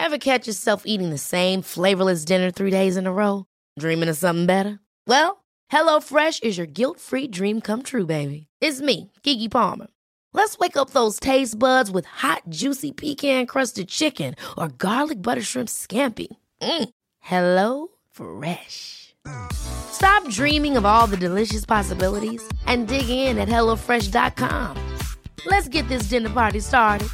Ever catch yourself eating the same flavorless dinner 3 days in a row? Dreaming of something better? Well, HelloFresh is your guilt-free dream come true, baby. It's me, Keke Palmer. Let's wake up those taste buds with hot, juicy pecan-crusted chicken or garlic butter shrimp scampi. Hello Fresh. Stop dreaming of all the delicious possibilities and dig in at HelloFresh.com. Let's get this dinner party started.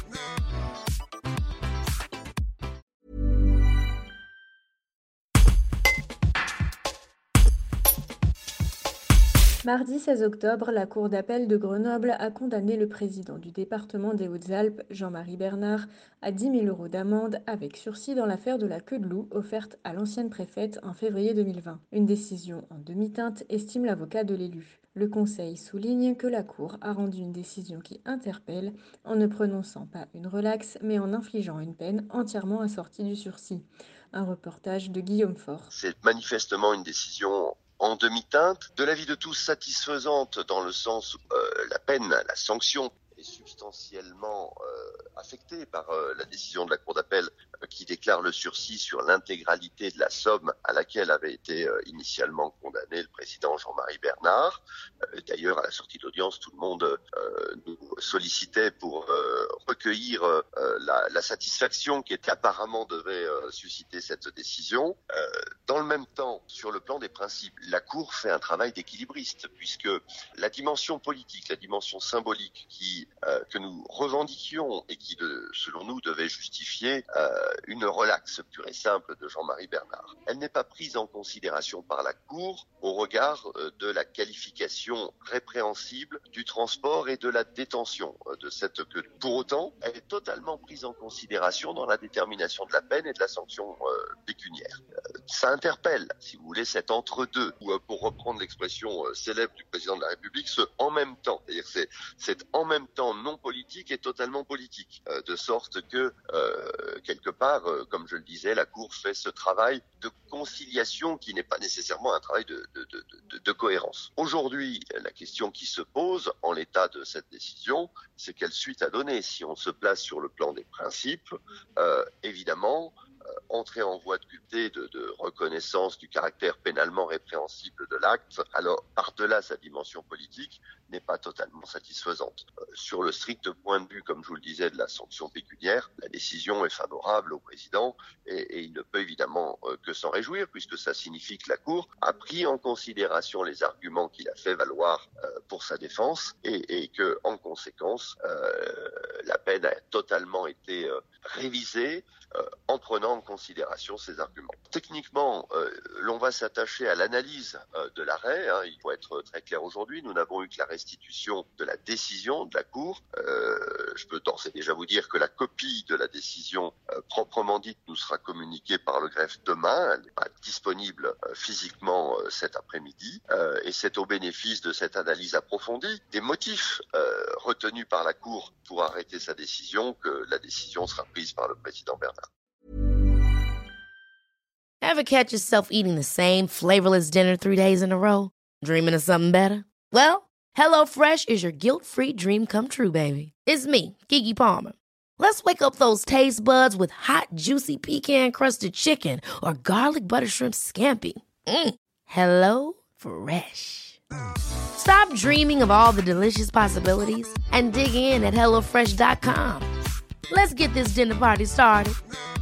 Mardi 16 octobre, la Cour d'appel de Grenoble a condamné le président du département des Hautes-Alpes, Jean-Marie Bernard, à 10 000 € d'amende avec sursis dans l'affaire de la queue de loup offerte à l'ancienne préfète en février 2020. Une décision en demi-teinte, estime l'avocat de l'élu. Le Conseil souligne que la Cour a rendu une décision qui interpelle en ne prononçant pas une relaxe mais en infligeant une peine entièrement assortie du sursis. Un reportage de Guillaume Faure. C'est manifestement une décision en demi-teinte, de l'avis de tous satisfaisante dans le sens où la peine, la sanction est substantiellement affectée par la décision de la Cour d'appel qui déclare le sursis sur l'intégralité de la somme à laquelle avait été initialement condamné le président Jean-Marie Bernard. D'ailleurs, à la sortie de l'audience, tout le monde nous sollicitait pour recueillir la satisfaction qui apparemment devait susciter cette décision. Dans le même temps, sur le plan des principes, la Cour fait un travail d'équilibriste, puisque la dimension politique, la dimension symbolique que nous revendiquions et qui, selon nous, devait justifier une relaxe pure et simple de Jean-Marie Bernard, elle n'est pas prise en considération par la Cour au regard de la qualification répréhensible du transport et de la détention de cette queue. Pour autant, elle est totalement prise en considération dans la détermination de la peine et de la sanction pécuniaire. Ça interpelle, si vous voulez, cet entre-deux, ou pour reprendre l'expression célèbre du président de la République, ce « en même temps ». C'est-à-dire c'est en même temps non politique et totalement politique, de sorte que, quelque part, comme je le disais, la Cour fait ce travail de conciliation qui n'est pas nécessairement un travail de cohérence. Aujourd'hui, la question qui se pose en l'état de cette décision, c'est quelle suite à donner. Si on se place sur le plan des principes, évidemment, entrer en voie de culpabilité, de reconnaissance du caractère pénalement répréhensible de l'acte, alors par-delà sa dimension politique, n'est pas totalement satisfaisante. Sur le strict point de vue, comme je vous le disais, de la sanction pécuniaire, la décision est favorable au président et il ne peut évidemment que s'en réjouir, puisque ça signifie que la Cour a pris en considération les arguments qu'il a fait valoir pour sa défense et que, en conséquence, la peine a totalement été révisée en prenant en considération ces arguments. Techniquement, l'on va s'attacher à l'analyse de l'arrêt. Il faut être très clair aujourd'hui. Nous n'avons eu que la restitution de la décision de la Cour. Je peux d'ores et déjà vous dire que la copie de la décision proprement dite nous sera communiquée par le greffe demain. Elle n'est pas disponible physiquement cet après-midi. Et c'est au bénéfice de cette analyse approfondie des motifs retenus par la Cour pour arrêter sa décision que la décision sera prise par le président Bernard. Ever catch yourself eating the same flavorless dinner 3 days in a row? Dreaming of something better? Well, HelloFresh is your guilt-free dream come true, baby. It's me, Keke Palmer. Let's wake up those taste buds with hot, juicy pecan-crusted chicken or garlic butter shrimp scampi. Hello Fresh. Stop dreaming of all the delicious possibilities and dig in at HelloFresh.com. Let's get this dinner party started.